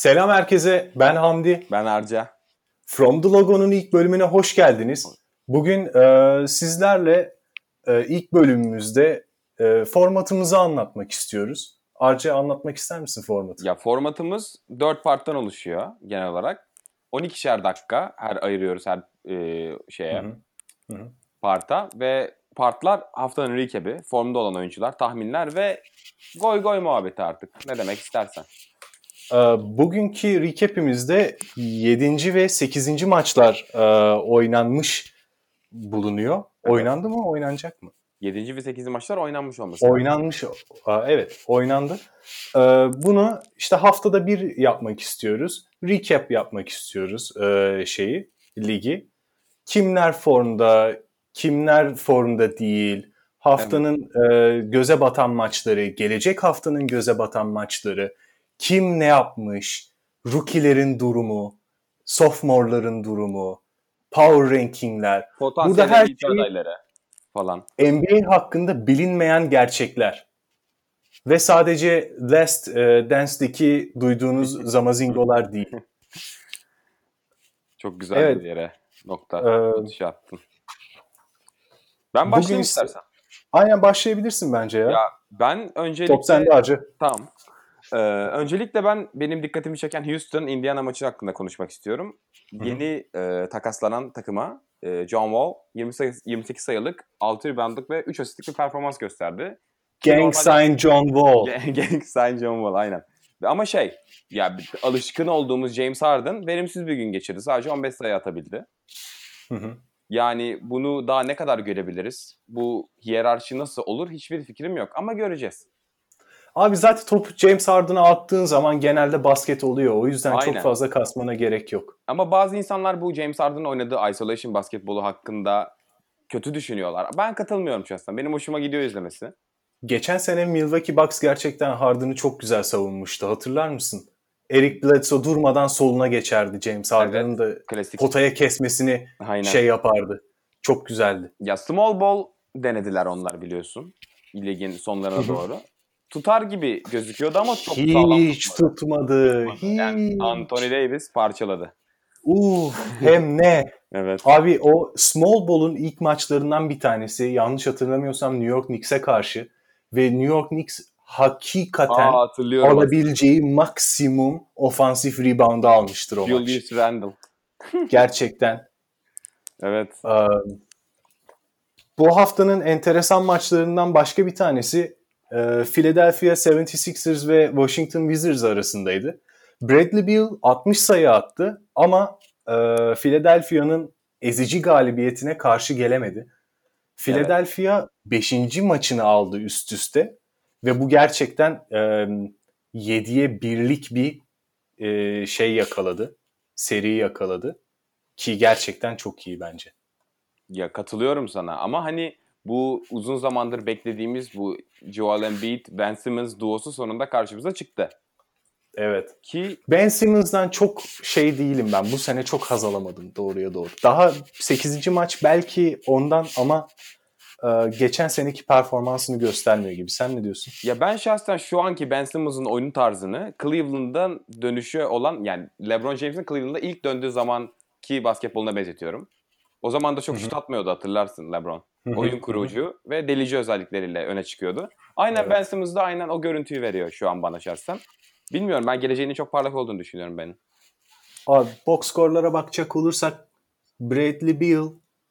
Selam herkese, ben Hamdi. Ben Arca. From the Logo'nun ilk bölümüne hoş geldiniz. Bugün sizlerle ilk bölümümüzde formatımızı anlatmak istiyoruz. Arca, anlatmak ister misin formatı? Ya formatımız 4 parttan oluşuyor genel olarak. 12'şer dakika ayırıyoruz her Hı hı. Hı hı. parta ve partlar haftanın recap'i, formda olan oyuncular, tahminler ve goy goy muhabbeti artık. Ne demek istersen. Bugünkü recap'imizde 7. ve 8. maçlar oynanmış bulunuyor. Evet. Oynandı mı, oynanacak mı? 7. ve 8. maçlar oynanmış olması lazım. Oynanmış. Evet, oynandı. Bunu işte haftada bir yapmak istiyoruz. Recap yapmak istiyoruz ligi. Kimler formda, kimler formda değil. Evet. Haftanın göze batan maçları, gelecek haftanın göze batan maçları. Kim ne yapmış, rookie'lerin durumu, sophomore'ların durumu, power rankingler. Burada Potansiyel her MVP şeyi adayları falan. NBA hakkında bilinmeyen gerçekler. Ve sadece Last Dance'deki duyduğunuz zamazingolar değil. Çok güzel bir Evet, yere e, atışı attın. Ben bugün başlayayım istersen. aynen başlayabilirsin bence Ya ya. ben Top öncelikle sende Hacı. tamam. Öncelikle benim dikkatimi çeken Houston Indiana maçı hakkında konuşmak istiyorum. Hı hı. Yeni takaslanan takıma John Wall 28 sayılık, 6 reboundlık ve 3 asistlik bir performans gösterdi. Ki Gang normalde sign John Wall. Gang sign John Wall aynen. Ama ya alışkın olduğumuz James Harden verimsiz bir gün geçirdi. Sadece 15 sayı atabildi. Hı hı. Yani bunu daha ne kadar görebiliriz? Bu hiyerarşi nasıl olur? Hiçbir fikrim yok ama göreceğiz. Abi zaten topu James Harden'a attığın zaman genelde basket oluyor. O yüzden çok Aynen. fazla kasmana gerek yok. Ama bazı insanlar bu James Harden'ın oynadığı isolation basketbolu hakkında kötü düşünüyorlar. Ben katılmıyorum şahsen. Benim hoşuma gidiyor izlemesi. Geçen sene Milwaukee Bucks gerçekten Harden'ı çok güzel savunmuştu. Hatırlar mısın? Eric Bledsoe durmadan soluna geçerdi. James Evet. Harden'ın da Klasik. potaya kesmesini Aynen. yapardı. Çok güzeldi. Ya small ball denediler onlar biliyorsun. Ligin sonlarına doğru. Tutar gibi gözüküyordu ama çok sağlam Hiç tutmadı. tutmadı. Yani Anthony Hiç. Davis parçaladı. Hem ne? Evet. Abi o small ball'un ilk maçlarından bir tanesi. Yanlış hatırlamıyorsam New York Knicks'e karşı. Ve New York Knicks hakikaten Hatırlıyorum aslında. alabileceği maksimum ofansif rebound'ı almıştır o maç. Julius Randle. Gerçekten. Evet. Bu haftanın enteresan maçlarından başka bir tanesi Philadelphia 76ers ve Washington Wizards arasındaydı. Bradley Beal 60 sayı attı ama Philadelphia'nın ezici galibiyetine karşı gelemedi. Evet. Philadelphia 5. maçını aldı üst üste ve bu gerçekten 7'ye 1'lik bir yakaladı. Seri yakaladı ki gerçekten çok iyi bence. Ya katılıyorum sana ama hani bu uzun zamandır beklediğimiz bu Joel Embiid, Ben Simmons duosu sonunda karşımıza çıktı. Evet. Ki Ben Simmons'dan çok değilim ben. Bu sene çok haz alamadım doğruya doğru. Daha 8. maç belki ondan ama geçen seneki performansını göstermiyor gibi. Sen ne diyorsun? ya ben şahsen şu anki Ben Simmons'ın oyun tarzını Cleveland'dan dönüşü olan yani LeBron James'in Cleveland'a ilk döndüğü zamanki basketboluna benzetiyorum. O zaman da çok şut atmıyordu hatırlarsın LeBron. Oyun kurucu ve delici özellikleriyle öne çıkıyordu. Aynen Ben Evet. Simmons da aynen o görüntüyü veriyor şu an bana şahsen. Bilmiyorum ben geleceğinin çok parlak olduğunu düşünüyorum benim. Abi box skorlara bakacak olursak Bradley Beal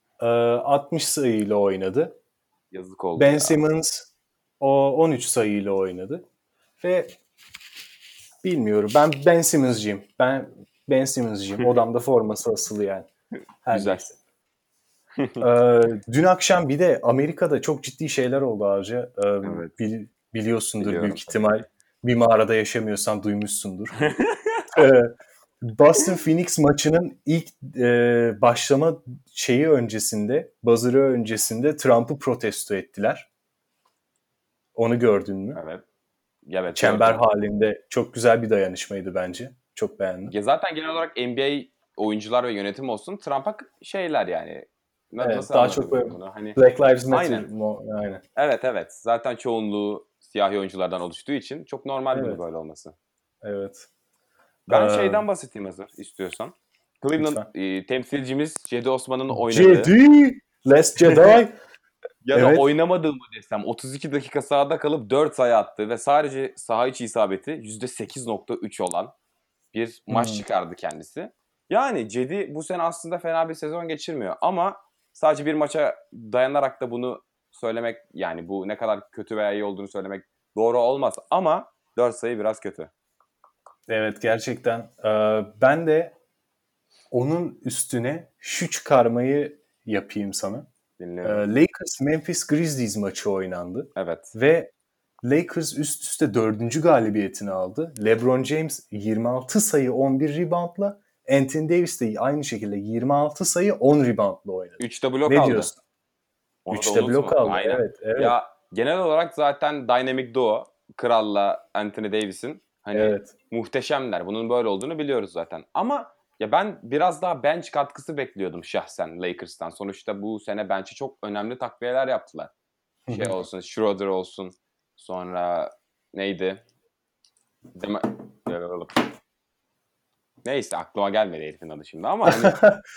60 sayıyla oynadı. Yazık oldu Ben ya. Simmons o 13 sayıyla oynadı. Ve bilmiyorum. Ben Simmons'cıyım. Ben Simmons'cıyım. Odamda forması asılı yani. Her Güzel. neyse. Dün akşam bir de Amerika'da çok ciddi şeyler oldu Ağacı. Evet. Biliyorsundur büyük Biliyorum tabii ihtimal. ki. Bir mağarada yaşamıyorsan duymuşsundur. Ee, Boston Phoenix maçının ilk başlama buzzer'ı öncesinde Trump'ı protesto ettiler. Onu gördün mü? Evet. Evet Çember gördüm. halinde çok güzel bir dayanışmaydı bence. Çok beğendim. Ya zaten genel olarak NBA oyuncular ve yönetim olsun Trump'a şeyler yani. Nasıl Evet, daha çok böyle anlatabilirim bunu? Hani Black Lives Matter. aynen. Aynen. Evet. Zaten çoğunluğu siyahi oyunculardan oluştuğu için çok normal bunu Evet, böyle olması. evet. Ben Ee, şeyden bahsedeyim hazır istiyorsan. Cleveland lütfen. temsilcimiz Cedi Osman'ın oynadığı Jedi! Last Jedi! ya da Evet. oynamadığı mı desem 32 dakika sahada kalıp 4 sayı attı ve sadece saha içi isabeti %8.3 olan bir maç Hmm. çıkardı kendisi. Yani Cedi bu sene aslında fena bir sezon geçirmiyor ama sadece bir maça dayanarak da bunu söylemek, yani bu ne kadar kötü veya iyi olduğunu söylemek doğru olmaz ama 4 sayı biraz kötü. Evet, gerçekten. Ben de onun üstüne şu çıkarmayı yapayım sana. Dinliyorum. Lakers-Memphis Grizzlies maçı oynandı. Evet. Ve Lakers üst üste 4. galibiyetini aldı. LeBron James 26 sayı 11 reboundla, Anthony Davis de aynı şekilde 26 sayı 10 reboundla oynadı. 3'te blok Ne aldı. diyorsun? Onu da 3'te blok unutma. aldı. Aynen. Evet, evet, Ya genel olarak zaten Dynamic Duo Kral'la Anthony Davis'in hani evet. muhteşemler. Bunun böyle olduğunu biliyoruz zaten. Ama ya ben biraz daha bench katkısı bekliyordum şahsen Lakers'tan. Sonuçta bu sene bench'e çok önemli takviyeler yaptılar. Şey olsun, Schroeder olsun. Sonra neydi? Deme... Neyse aklıma gelmedi herifin adı şimdi ama hani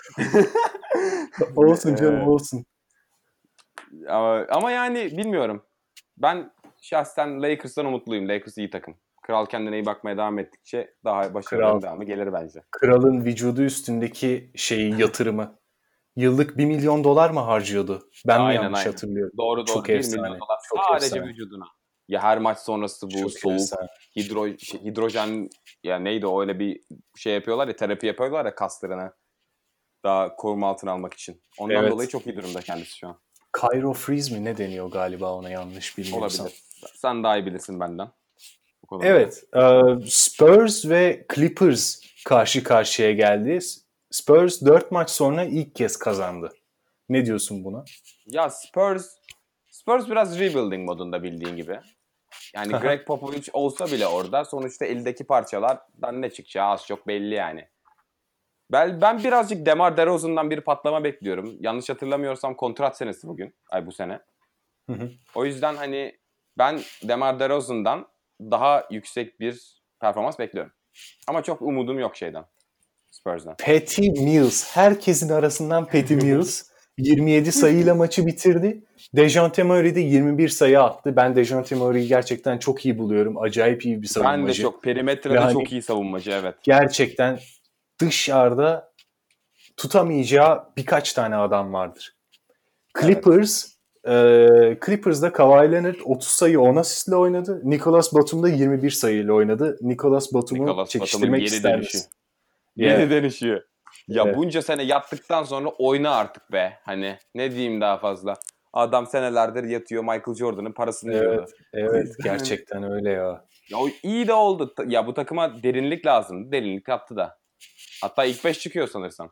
Olsun canım, olsun. ama yani bilmiyorum. Ben şahsen Lakers'tan umutluyum. Lakers iyi takım. Kral kendine iyi bakmaya devam ettikçe daha Kral. başarıların devamı gelir bence. Kralın vücudu üstündeki yatırımı. Yıllık $1 milyon mı harcıyordu? Ben mi Aynen yanlış aynen. hatırlıyorum? Doğru Çok doğru. 1 milyon efsane. dolar Çok sadece efsane. vücuduna. Ya her maç sonrası bu Çok soğuk efsane. hidrojen ya neydi o, öyle bir şey yapıyorlar ya, terapi yapıyorlar ya kaslarına daha koruma altına almak için. Ondan dolayı Evet. çok iyi durumda kendisi şu an. Cryo Freeze mi ne deniyor galiba ona, yanlış bilmiyorsam. Olabilir. Sen daha iyi bilirsin benden bu konuları. Evet. Spurs ve Clippers karşı karşıya geldi. Spurs 4 maç sonra ilk kez kazandı. Ne diyorsun buna? Ya Spurs biraz rebuilding modunda bildiğin gibi. Yani Greg Popovich olsa bile orada sonuçta eldeki parçalardan ne çıkacağı az çok belli yani. Ben birazcık DeMar DeRozan'dan bir patlama bekliyorum. Yanlış hatırlamıyorsam kontrat senesi bugün. Ay bu sene. O yüzden hani ben DeMar DeRozan'dan daha yüksek bir performans bekliyorum. Ama çok umudum yok şeyden. Spurs'dan. Patty Mills. Herkesin arasından Patty Mills 27 sayıyla maçı bitirdi. Dejounte Murray de 21 sayı attı. Ben Dejounte Murray'i gerçekten çok iyi buluyorum. Acayip iyi bir Ben de savunmacı. çok Ve perimetrede hani çok iyi savunmacı, evet. gerçekten dışarıda tutamayacağı birkaç tane adam vardır. Evet. Clippers Clippers'da Kawhi Leonard 30 sayı 10 asistle oynadı. Nicolas Batum da 21 sayıyla oynadı. Nicolas Batum'u Nicholas Batum'un çekiştirmek geri ister dönüşü. misin? Geri Yeah, dönüşü. Ya yeah. bunca sene yattıktan sonra oyna artık be. Hani ne diyeyim daha fazla. Adam senelerdir yatıyor, Michael Jordan'ın parasını Evet, yiyordu. O evet, yüzden hani gerçekten öyle ya. ya o iyi de oldu. Ya bu takıma derinlik lazım. Derinlik yaptı da. Hatta ilk 5 çıkıyor sanırsam.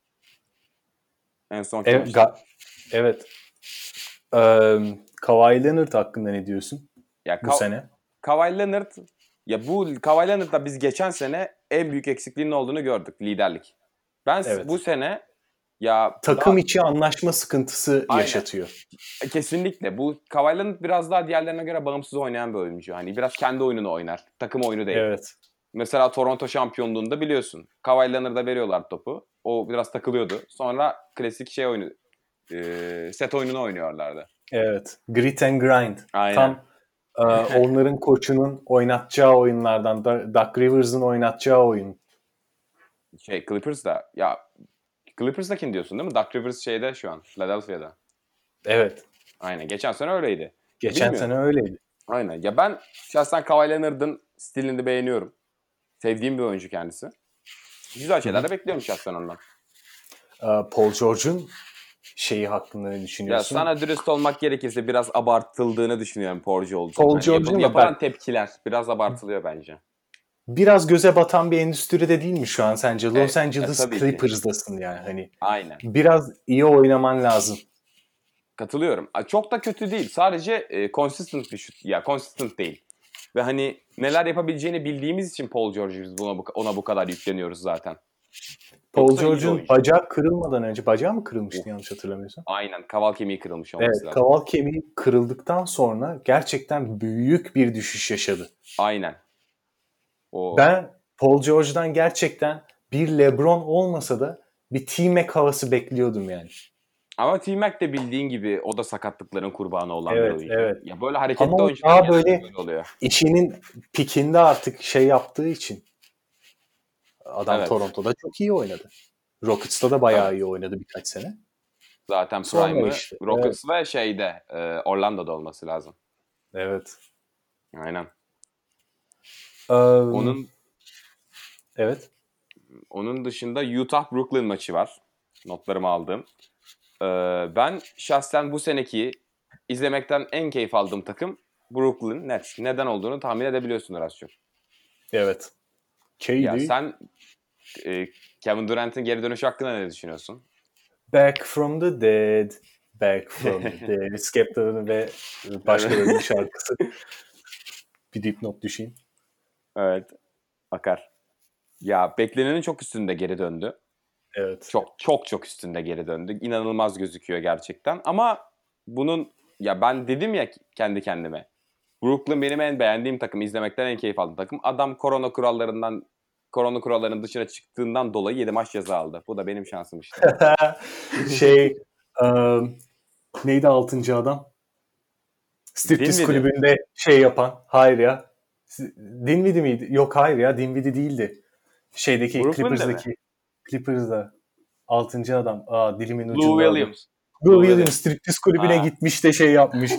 En son Evet, konuştuk. evet. Kawhi Leonard hakkında ne diyorsun Ya bu sene? Kawhi Leonard, ya bu Kawhi Leonard'da biz geçen sene en büyük eksikliğinin olduğunu gördük, liderlik. Bu Evet. sene ya Takım daha içi anlaşma sıkıntısı aynen. yaşatıyor. Kesinlikle. Bu Kawhi Leonard biraz daha diğerlerine göre bağımsız oynayan bir oyuncu. Hani biraz kendi oyununu oynar. Takım oyunu değil. Evet. Mesela Toronto şampiyonluğunda biliyorsun. Kawhi Leonard'a veriyorlar topu. O biraz takılıyordu. Sonra klasik oyunu, set oyununu oynuyorlardı. Evet. Grit and grind. Aynen. Tam onların koçunun oynatacağı oyunlardan, Doc Rivers'ın oynatacağı oyun. Clippers'da ya Clippers'dakini diyorsun değil mi? Doc Rivers şu an Philadelphia'da. Evet. Aynen. Geçen sene öyleydi. Geçen Bilmiyorum. sene öyleydi. Aynen. Ya ben şahsen Kawhi Leonard'ın stilini beğeniyorum. Sevdiğim bir oyuncu kendisi. Güzel şeyler de bekliyorum şahsen ondan. Paul George'un hakkında ne Ya düşünüyorsun? sana dürüst olmak gerekirse biraz abartıldığını düşünüyorum Paul George'un. Paul Hani George'un da yapılan bak, tepkiler biraz abartılıyor bence. biraz göze batan bir endüstride değil mi şu an sence? Los Angeles Tabii ki. Clippers'dasın yani. Hani Aynen. biraz iyi oynaman lazım. Katılıyorum. Çok da kötü değil. Sadece consistent bir şut. Ya consistent değil. Ve hani neler yapabileceğini bildiğimiz için Paul George'u biz ona bu kadar yükleniyoruz zaten. Paul Yoksa iyi bir George'un oyuncu. bacağı kırılmadan önce, bacağı mı kırılmıştı Of. yanlış hatırlamıyorsam? Aynen. Kaval kemiği kırılmış olması Evet, lazım. kaval kemiği kırıldıktan sonra gerçekten büyük bir düşüş yaşadı. Aynen. O Ben Paul George'dan gerçekten bir LeBron olmasa da bir T-Mac havası bekliyordum yani. Ama T-Mac de bildiğin gibi o da sakatlıkların kurbanı olan bir Evet, oyuncu. evet. Ya böyle hareketli Ama o oyuncular daha genelde böyle böyle oluyor. işinin pikinde artık şey yaptığı için adam Evet. Toronto'da çok iyi oynadı. Rockets'ta da bayağı Evet. iyi oynadı birkaç sene. Zaten Sonra Prime'ı işte. Rockets ve şeyde Orlando'da olması lazım. Evet. Aynen. Um, Onun evet. onun dışında Utah Brooklyn maçı var. Notlarımı aldım. Ben şahsen bu seneki izlemekten en keyif aldığım takım Brooklyn Nets. Neden olduğunu tahmin edebiliyorsunuz az çok. Evet. Ya KD. sen Kevin Durant'in geri dönüşü hakkında ne düşünüyorsun? Back from the dead. Back from the dead. Skepta'nın ve başkalarının şarkısı. Bir dipnot düşeyim. Evet. Akar. Ya beklenenin çok üstünde geri döndü. Evet. Çok üstünde geri döndü. İnanılmaz gözüküyor gerçekten. Ama bunun ya ben dedim ya kendi kendime. Brooklyn benim en beğendiğim takım. İzlemekten en keyif aldığım takım. Adam korona kurallarının dışına çıktığından dolayı 7 maç ceza aldı. Bu da benim şansım işte. şey neydi 6. adam? Striptiz Dinwiddie. kulübünde şey yapan. Hayır ya. Dinwiddie miydi? Yok hayır ya. Dinwiddie değildi. Şeydeki Brooklyn'de mi? Clippers'da 6. adam. Dilimin Lou ucunda adı. Williams. Lou Lou Williams Williams. striptiz kulübüne Ha. gitmiş de şey yapmış.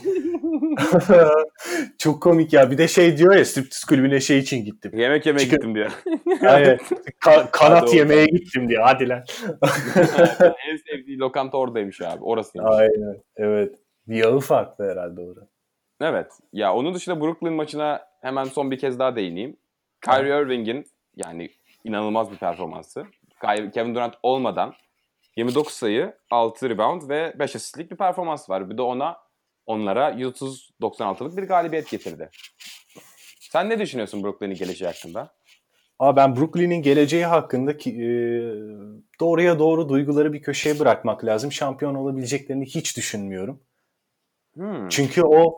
Çok komik ya. Bir de şey diyor ya striptiz kulübüne şey için gittim. Yemek yemeye Çıkın. gittim diyor. Hayır. Kanat Hadi yemeye oradan. gittim diyor. Hadi lan. En sevdiği lokanta oradaymış abi. Orasıymış. Aynen. Evet. Bir yağı farklı herhalde orada. Evet. Ya onun dışında Brooklyn maçına hemen son bir kez daha değineyim. Kyrie Irving'in yani inanılmaz bir performansı. Kevin Durant olmadan 29 sayı, 6 rebound ve 5 asistlik bir performans var. Bir de onlara 130-96'lık bir galibiyet getirdi. Sen ne düşünüyorsun Brooklyn'in geleceği hakkında? Ama ben Brooklyn'in geleceği hakkında doğruya doğru duyguları bir köşeye bırakmak lazım. Şampiyon olabileceklerini hiç düşünmüyorum. Çünkü o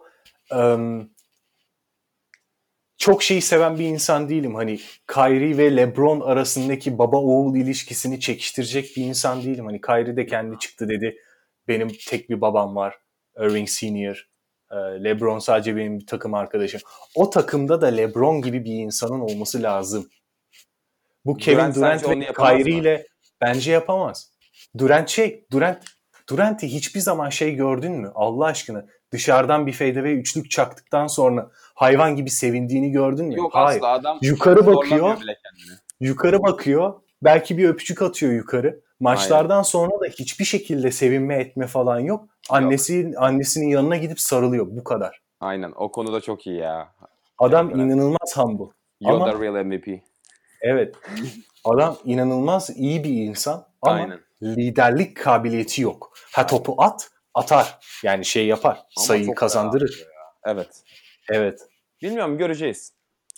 çok şeyi seven bir insan değilim. Hani Kyrie ve LeBron arasındaki baba oğul ilişkisini çekiştirecek bir insan değilim. Hani Kyrie de kendi çıktı dedi. Benim tek bir babam var. Irving Senior. LeBron sadece benim bir takım arkadaşım. O takımda da LeBron gibi bir insanın olması lazım. Bu Kevin Sence Durant ve onu yapamaz Kyrie mı? ile bence yapamaz. Durant'i hiçbir zaman şey gördün mü? Allah aşkına dışarıdan bir fadeaway üçlük çaktıktan sonra hayvan gibi sevindiğini gördün mü? Yok Hayır. asla adam Yukarı bakıyor. zorlamıyor bile kendini. Yukarı bakıyor. Belki bir öpücük atıyor yukarı. Maçlardan Aynen. sonra da hiçbir şekilde sevinme etme falan yok. Yok. Annesinin yanına gidip sarılıyor. Bu kadar. Aynen. O konuda çok iyi ya. Adam Kevin Durant. inanılmaz humble. You're the Ama real MVP. evet. Adam inanılmaz iyi bir insan ama Aynen. liderlik kabiliyeti yok. Topu atar. Yani şey yapar. Ama Sayıyı çok kazandırır. Evet. Evet. Bilmiyorum göreceğiz.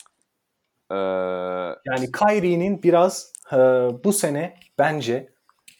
Yani Kyrie'nin biraz bu sene bence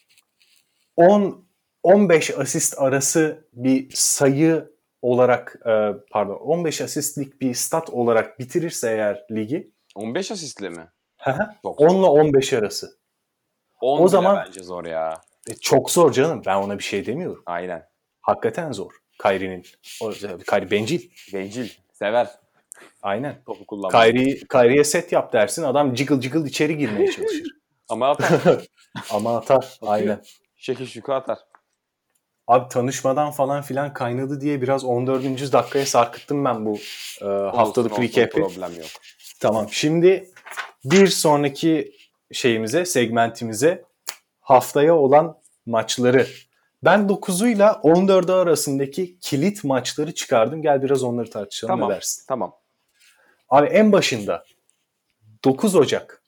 10-15 asist arası bir sayı olarak 15 asistlik bir stat olarak bitirirse eğer ligi 15 asistle mi? 10 ile 15 arası. 10 O bile zaman bence zor ya. çok zor canım. Ben ona bir şey demiyorum. Aynen. Hakikaten zor. Kyrie bencil. Bencil. Sever. Aynen. Topu kullanmayı. Kyrie'ye set yap dersin. Adam jiggle jiggle içeri girmeye çalışır. Ama atar. Ama atar. Aynen. Şekil şuku atar. Abi tanışmadan falan filan kaynadı diye biraz 14. dakikaya sarkıttım ben bu haftalık recap'i. Problem yok. Tamam. Şimdi bir sonraki segmentimize haftaya olan maçları. Ben 9'uyla 14'ü arasındaki kilit maçları çıkardım. Gel biraz onları tartışalım. Tamam. Ne dersin? Tamam. Abi en başında 9 Ocak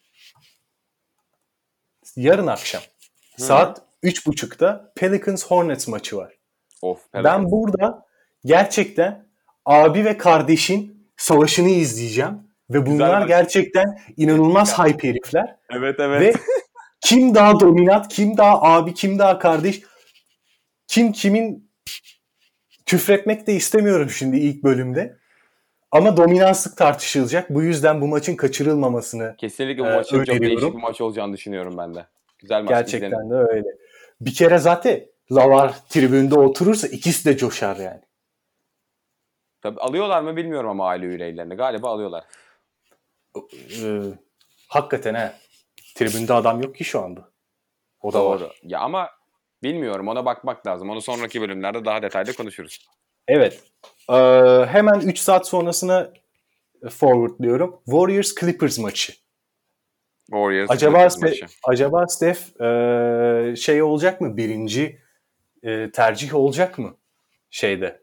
yarın akşam saat 3.30'da Pelicans Hornets maçı var. Ben burada gerçekten abi ve kardeşin savaşını izleyeceğim ve bunlar gerçekten inanılmaz hype herifler. Evet. Ve kim daha dominant, kim daha abi, kim daha kardeş, kim kimin küfretmek de istemiyorum şimdi ilk bölümde. Ama dominanslık tartışılacak. Bu yüzden bu maçın kaçırılmamasını Kesinlikle bu maçın çok değişik öneriyorum. bir maç olacağını düşünüyorum ben de. Güzel maç izlenir. Gerçekten de öyle. Bir kere zaten Lavar tribünde oturursa ikisi de coşar yani. Tabii alıyorlar mı bilmiyorum ama aile üyelerini. Galiba alıyorlar. Hakikaten he. Tribünde adam yok ki şu anda. O da var. Doğru. Ya ama bilmiyorum, ona bakmak lazım. Onu sonraki bölümlerde daha detaylı konuşuruz. Evet. Hemen 3 saat sonrasına forwardlıyorum. Warriors Clippers maçı. Warriors Acaba Steph şey olacak mı? Birinci tercih olacak mı? Şeyde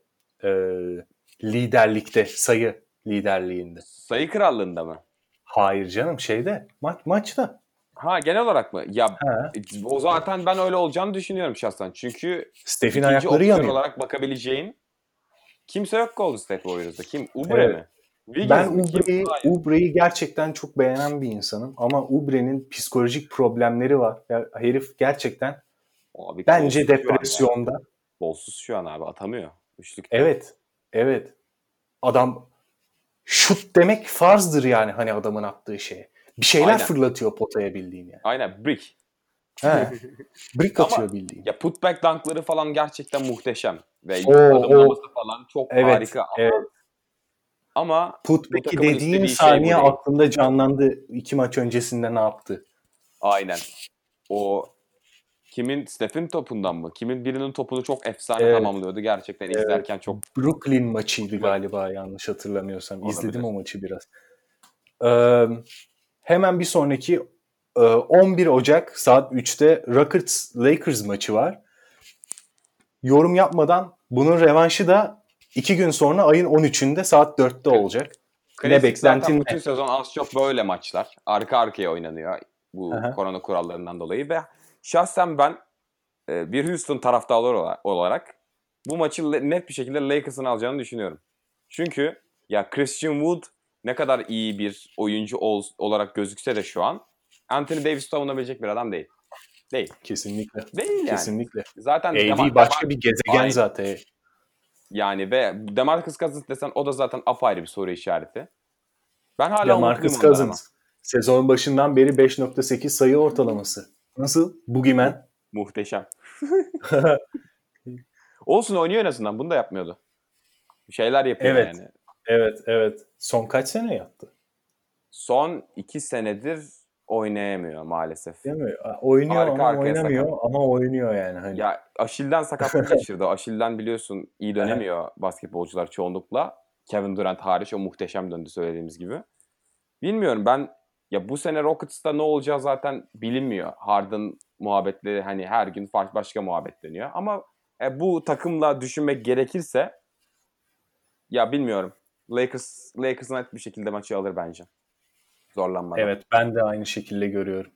liderlikte, sayı liderliğinde. Sayı krallığında mı? Hayır canım, şeyde maçta. Ha, genel olarak mı? Ya Ha. o zaten ben öyle olacağını düşünüyorum şahsen. Çünkü Steph'in ikinci ayakları opsiyon yanıyor. olarak bakabileceğin kimse yok Golden State Warriors'da. Kim? Oubre Evet. mi? Wiggins Ben mi? Kim? Hayır. Oubre'yi gerçekten çok beğenen bir insanım. Ama Oubre'nin psikolojik problemleri var. Ya, herif gerçekten Abi, bence kolsuz şu an ya. depresyonda. Kolsuz şu an abi, atamıyor. Üçlükte. Evet. Evet. Adam şut demek farzdır yani, hani adamın attığı şeye. Bir şeyler Aynen. fırlatıyor potaya bildiğin yani. Aynen, brick. He. Brick Ama atıyor bildiğin. ya putback dunkları falan gerçekten muhteşem. Ve O adımlaması falan çok evet. harika. Evet. Ama bu Putback'i takımın dediğin istediği şey bu saniye değil. aklımda canlandı. 2 maç öncesinde ne yaptı? Aynen. O Steph'in topundan mı? Kimin birinin topunu çok efsane Evet. tamamlıyordu. Gerçekten izlerken çok Brooklyn maçıydı galiba, yanlış hatırlamıyorsam. olabilir. İzledim o maçı biraz. Hemen bir sonraki 11 Ocak saat 3'te Rockets-Lakers maçı var. Yorum yapmadan bunun revanşı da 2 gün sonra ayın 13'ünde saat 4'te olacak. Ne Klasik zaten beklentin bütün ne? sezon az çok böyle maçlar. Arka arkaya oynanıyor bu Aha. korona kurallarından dolayı ve şahsen ben bir Houston taraftarı olarak bu maçı net bir şekilde Lakers'ın alacağını düşünüyorum. Çünkü ya Christian Wood ne kadar iyi bir oyuncu olarak gözükse de şu an Anthony Davis savunabilecek bir adam değil. Değil. Kesinlikle. Değil yani. Kesinlikle. Zaten AD başka bir gezegen Aynen. zaten. Yani ve DeMarcus Cousins desen o da zaten apayrı bir soru işareti. Ben hala DeMarcus umutluyum ondan ama. Cousins. Sezon başından beri 5.8 sayı ortalaması. Nasıl? Boogeyman. Muhteşem. Olsun, oynuyor en azından. Bunu da yapmıyordu. Bir şeyler yapıyor Evet. yani. Evet. Son kaç sene yaptı? Son 2 senedir oynayamıyor maalesef. Değil mi? Oynuyor Arka ama arkaya oynamıyor sakat. ama oynuyor yani. Hani. Ya Achill'den sakatlık geçirdi. Achill'den biliyorsun iyi dönemiyor basketbolcular çoğunlukla. Kevin Durant hariç, o muhteşem döndü söylediğimiz gibi. Bilmiyorum ben, ya bu sene Rockets'ta ne olacağı zaten bilinmiyor. Harden muhabbetleri hani her gün başka muhabbet dönüyor. Ama bu takımla düşünmek gerekirse ya bilmiyorum. Lakers net bir şekilde maçı alır bence. Zorlanmadan. Evet, ben de aynı şekilde görüyorum.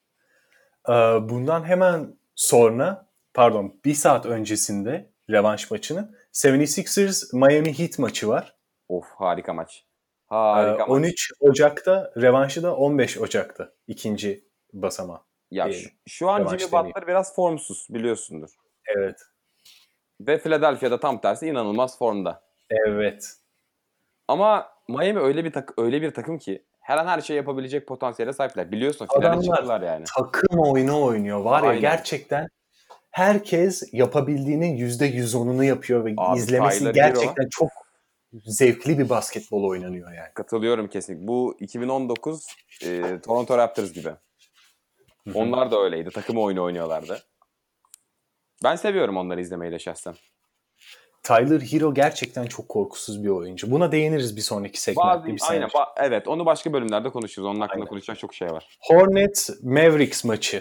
Bundan hemen sonra, bir saat öncesinde revanş maçının 76ers Miami Heat maçı var. Of, harika maç. Harika maç. 13 Ocak'ta, revanşı da 15 Ocak'ta. İkinci basamağı. Ya şu an Revanş Jimmy demeyeyim. Butler biraz formsuz, biliyorsundur. Evet. Ve Philadelphia'da tam tersi inanılmaz formda. Evet. Ama Miami öyle bir takım ki her an her şey yapabilecek potansiyele sahipler. Biliyorsun, finale çıktılar yani. Takım oyunu oynuyor. Var ya, Aynen. gerçekten herkes yapabildiğinin %110'unu yapıyor ve Abi, izlemesi Tyler gerçekten çok zevkli bir basketbol oynanıyor yani. Katılıyorum kesinlikle. Bu 2019 Toronto Raptors gibi. Onlar da öyleydi. Takım oyunu oynuyorlardı. Ben seviyorum onları izlemeyi de şahsen. Tyler Hero gerçekten çok korkusuz bir oyuncu. Buna değiniriz bir sonraki segmentte. Evet, onu başka bölümlerde konuşuruz. Onun hakkında konuşacak çok şey var. Hornets Mavericks maçı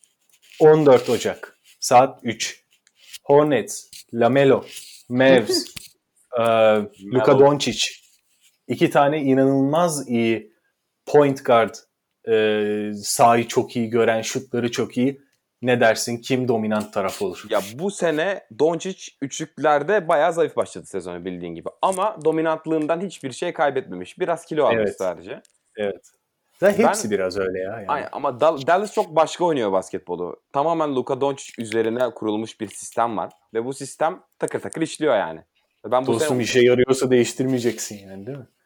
14 Ocak saat 3. Hornets, Lamelo, Mavs, Luka Doncic. 2 tane inanılmaz iyi point guard, sahayı çok iyi gören, şutları çok iyi. Ne dersin? Kim dominant taraf olur? Ya bu sene Doncic üçlüklerde bayağı zayıf başladı sezonu, bildiğin gibi. Ama dominantlığından hiçbir şey kaybetmemiş. Biraz kilo almış sadece. Evet. Hepsi biraz öyle ya. Yani. Aynen, ama Dallas çok başka oynuyor basketbolu. Tamamen Luka Doncic üzerine kurulmuş bir sistem var. Ve bu sistem takır takır işliyor yani. Dostum, işe yarıyorsa değiştirmeyeceksin yani, değil mi?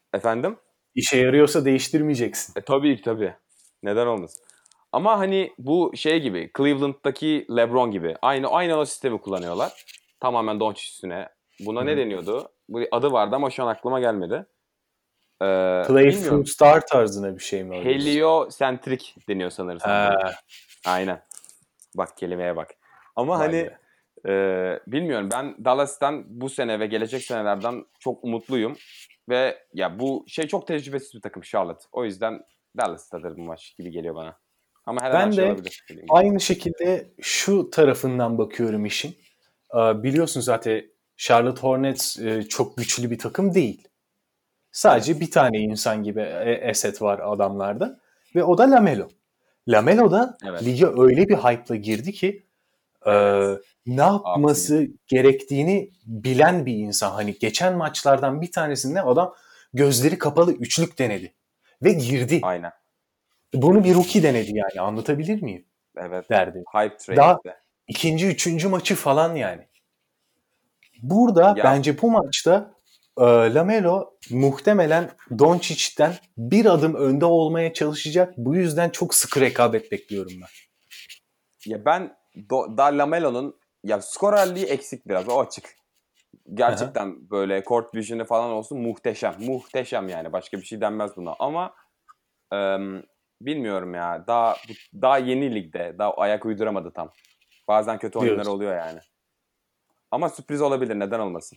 Efendim? İşe yarıyorsa değiştirmeyeceksin. Tabii ki tabii. Neden olmasın? Ama hani bu şey gibi, Cleveland'daki LeBron gibi. Aynı o sistemi kullanıyorlar. Tamamen Doncic üstüne. Buna ne Hı-hı. deniyordu? Bu adı vardı ama şu an aklıma gelmedi. Playful Bilmiyorum. Star tarzına bir şey mi arıyorsun? Heliosentrik deniyor sanırsam buna. Ha, Aynen. Bak kelimeye bak. Ama vay hani be. bilmiyorum, ben Dallas'tan bu sene ve gelecek senelerden çok umutluyum. Ve ya bu şey çok tecrübesiz bir takım Charlotte. O yüzden Dallas'tadır bu maç gibi geliyor bana. Ama her an Ben şey de olabilir. Dediğim gibi. aynı şekilde şu tarafından bakıyorum işin. Biliyorsun zaten Charlotte Hornets çok güçlü bir takım değil. Sadece Evet. bir tane insan gibi eset var adamlarda. Ve o da Lamelo. Lamelo da Evet. lige öyle bir hype'la girdi ki e, Evet. ne Abisi gibi. yapması gerektiğini bilen bir insan. Hani geçen maçlardan bir tanesinde adam gözleri kapalı üçlük denedi. Ve girdi. Aynen. Bunu bir rookie denedi yani, anlatabilir miyim? Evet. Derdi. Hype Daha train'de. ikinci, üçüncü maçı falan yani. Burada Ya bence bu maçta Lamelo muhtemelen Doncic'ten bir adım önde olmaya çalışacak. Bu yüzden çok sıkı rekabet bekliyorum ben. ben daha Lamelo'nun ya skorerliği eksik biraz. O açık. Aha, Gerçekten böyle court vision'ı falan olsun muhteşem. Muhteşem yani. Başka bir şey denmez buna. Ama bilmiyorum ya. Daha yeni ligde. Daha ayak uyduramadı tam. Bazen kötü oyunlar diyoruz. oluyor yani. Ama sürpriz olabilir. Neden olmasın?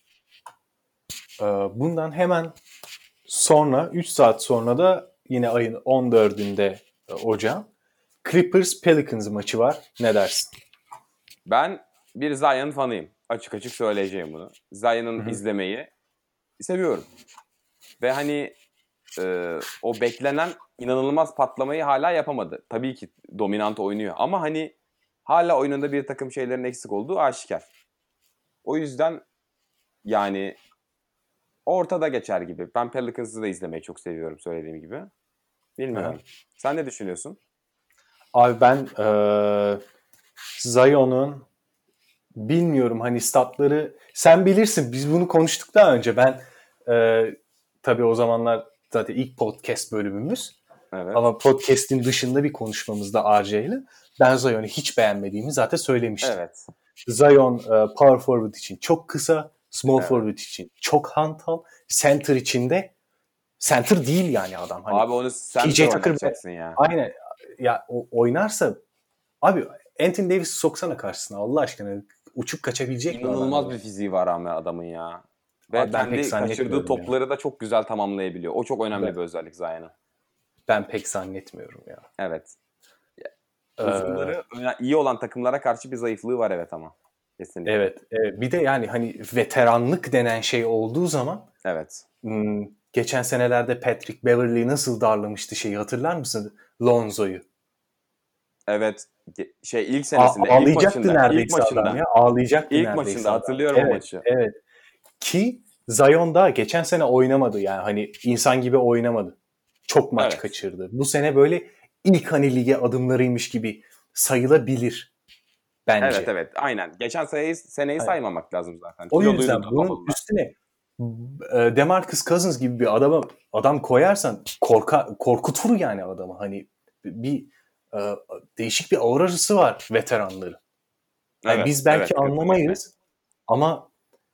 Bundan hemen sonra 3 saat sonra da yine ayın 14'ünde ocağın Clippers Pelicans maçı var. Ne dersin? Ben bir Zion fanıyım. Açık açık söyleyeceğim bunu. Hı Zion'ın hı. izlemeyi seviyorum. Ve hani o beklenen inanılmaz patlamayı hala yapamadı. Tabii ki dominant oynuyor. Ama hani hala oyununda bir takım şeylerin eksik olduğu aşikar. O yüzden yani ortada geçer gibi. Ben Pelicans'ı da izlemeyi çok seviyorum söylediğim gibi. Aha. Bilmiyorum. Sen ne düşünüyorsun? Abi ben Zion'un bilmiyorum hani statları sen bilirsin, biz bunu konuştuk daha önce. Ben e, tabii o zamanlar zaten ilk podcast bölümümüz Evet. ama podcast'in dışında bir konuşmamızda RJ ile ben Zion'u hiç beğenmediğimi zaten söylemiştim. Evet. Zion power forward için çok kısa, small Evet. forward için çok hantal, center için de center değil yani adam. Hani Abi onu center PJ Tucker oynatacaksın ya. aynı ya oynarsa abi Anthony Davis'i soksana karşısına Allah aşkına, uçup kaçabilecek mi adam İnanılmaz yani? bir fiziği var ama adamın ya. Ve Abi ben pek kendi kaçırdığı zannetmiyorum ya. topları da çok güzel tamamlayabiliyor. O çok önemli Ben, bir özellik Zion'ın. ben pek zannetmiyorum ya. Evet. Ee, İyi olan takımlara karşı bir zayıflığı var evet ama. Kesinlikle. evet, evet. Bir de yani hani veteranlık denen şey olduğu zaman Evet. geçen senelerde Patrick Beverley nasıl darlamıştı şeyi, hatırlar mısın? Lonzo'yu. Evet. İlk senesinde, Ağlayacaktı ilk neredeyse adam ya. maçında. Ağlayacaktı İlk neredeyse maçında adam. hatırlıyorum o Evet, maçı. evet. Ki Zion da geçen sene oynamadı yani hani insan gibi oynamadı. Çok maç Evet. kaçırdı. Bu sene böyle ilk hani lige adımlarıymış gibi sayılabilir Evet bence. evet aynen. Geçen seneyi Hani saymamak lazım zaten. o Kiloluydu yüzden da bunun Bubble'da. üstüne DeMarcus Cousins gibi bir adam koyarsan korkutur yani adamı. Hani bir e, değişik bir aurası var veteranların. Hani Evet biz belki evet kesinlikle. anlamayız ama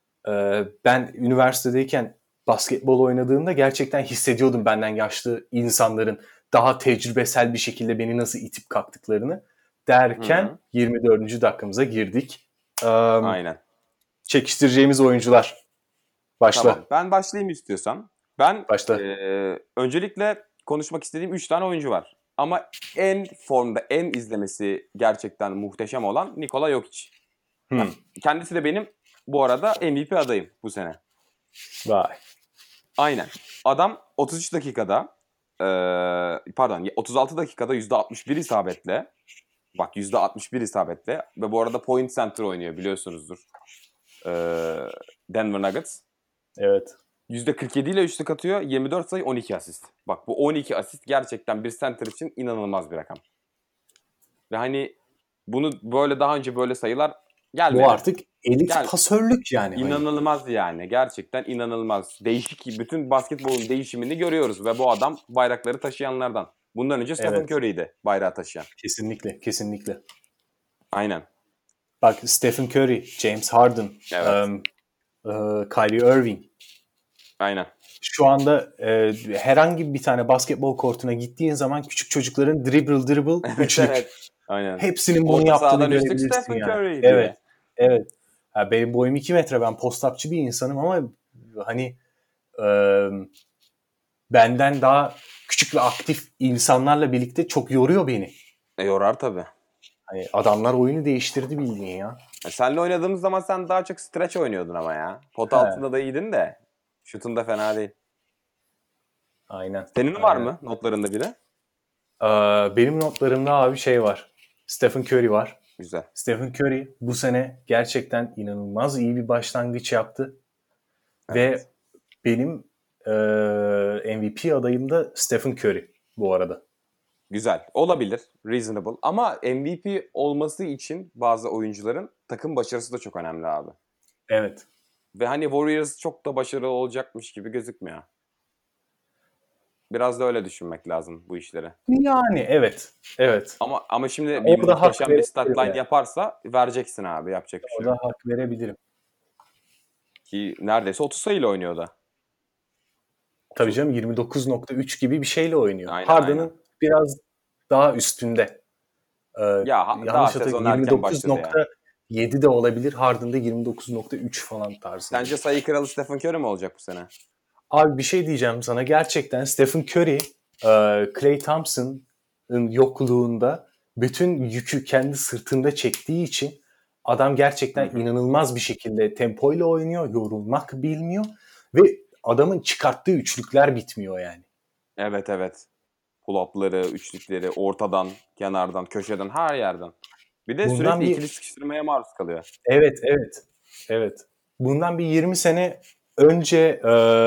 ben üniversitedeyken basketbol oynadığımda gerçekten hissediyordum benden yaşlı insanların daha tecrübesel bir şekilde beni nasıl itip kalktıklarını. Hı Derken hı. 24. dakikamıza girdik. Eee, Aynen. Çekiştireceğimiz oyuncular. Başla. Tamam. Ben başlayayım istiyorsan. Ben Başla. öncelikle konuşmak istediğim 3 tane oyuncu var. Ama en formda, en izlemesi gerçekten muhteşem olan Nikola Jokic. Hmm. Ya, kendisi de benim bu arada MVP adayım bu sene. Vay. Aynen. Adam 33 dakikada pardon 36 dakikada %61 isabetle, bak %61 isabetle ve bu arada point center oynuyor biliyorsunuzdur. Denver Nuggets. Evet. %47 ile üçlük atıyor. 24 sayı 12 asist. Bak bu 12 asist gerçekten bir center için inanılmaz bir rakam. Ve hani bunu böyle daha önce böyle sayılar Bu gelmedi. artık elit Gel pasörlük yani. Hani. inanılmaz yani. Gerçekten inanılmaz. Değişik, bütün basketbolun değişimini görüyoruz ve bu adam bayrakları taşıyanlardan. Bundan önce Stephen Evet. Curry'ydi bayrağı taşıyan. Kesinlikle. Kesinlikle. Aynen. Bak Stephen Curry, James Harden, Evet. Kyrie Irving. Aynen. Şu anda herhangi bir tane basketbol kortuna gittiğin zaman küçük çocukların dribble Evet, üçlük. evet. Aynen. Hepsinin bunu Orta yaptığını sahadan üçlük görebilirsin Stephen yani. Curry Evet. diye. Evet. Ha, benim boyum 2 metre. Ben postapçı bir insanım ama hani e, benden daha küçük ve aktif insanlarla birlikte çok yoruyor beni. Yorar tabii. Hani adamlar oyunu değiştirdi bildiğin ya. Seninle oynadığımız zaman sen daha çok stretch oynuyordun ama ya. Pot He, altında da iyiydin de. Şutun da fena değil. aynen. Senin var Aynen. mı notlarında biri? Benim notlarımda abi şey var. Stephen Curry var. Güzel. Stephen Curry bu sene gerçekten inanılmaz iyi bir başlangıç yaptı. Evet. Ve benim MVP adayım da Stephen Curry bu arada. Güzel. Olabilir. Reasonable. Ama MVP olması için bazı oyuncuların takım başarısı da çok önemli abi. Evet. Ve hani Warriors çok da başarılı olacakmış gibi gözükmüyor. Biraz da öyle düşünmek lazım bu işleri. Yani evet. Evet. Ama şimdi bir Orada hak muhteşem bir verebilirim statline yani. yaparsa vereceksin abi. Yapacak bir şey Orada yok. hak verebilirim. Ki neredeyse 30 sayıyla oynuyordu. Tabii canım 29.3 gibi bir şeyle oynuyor. Aynen aynen. Harden'ın biraz daha üstünde. Ya daha Yanlış sezon hatırlıyorum. erken başladı ya. 29.7 de olabilir. Harden'da 29.3 falan tarzında. Sence sayı kralı Stephen Curry mi olacak bu sene? Abi bir şey diyeceğim sana. Gerçekten Stephen Curry, Klay Thompson'ın yokluğunda bütün yükü kendi sırtında çektiği için adam Hı gerçekten hı. inanılmaz bir şekilde tempoyla oynuyor, yorulmak bilmiyor ve adamın çıkarttığı üçlükler bitmiyor yani. Evet evet. Pull-up'ları, üçlükleri, ortadan, kenardan, köşeden, her yerden. Bir de Bundan sürekli bir ikili sıkıştırmaya maruz kalıyor. evet evet evet. Bundan bir 20 sene önce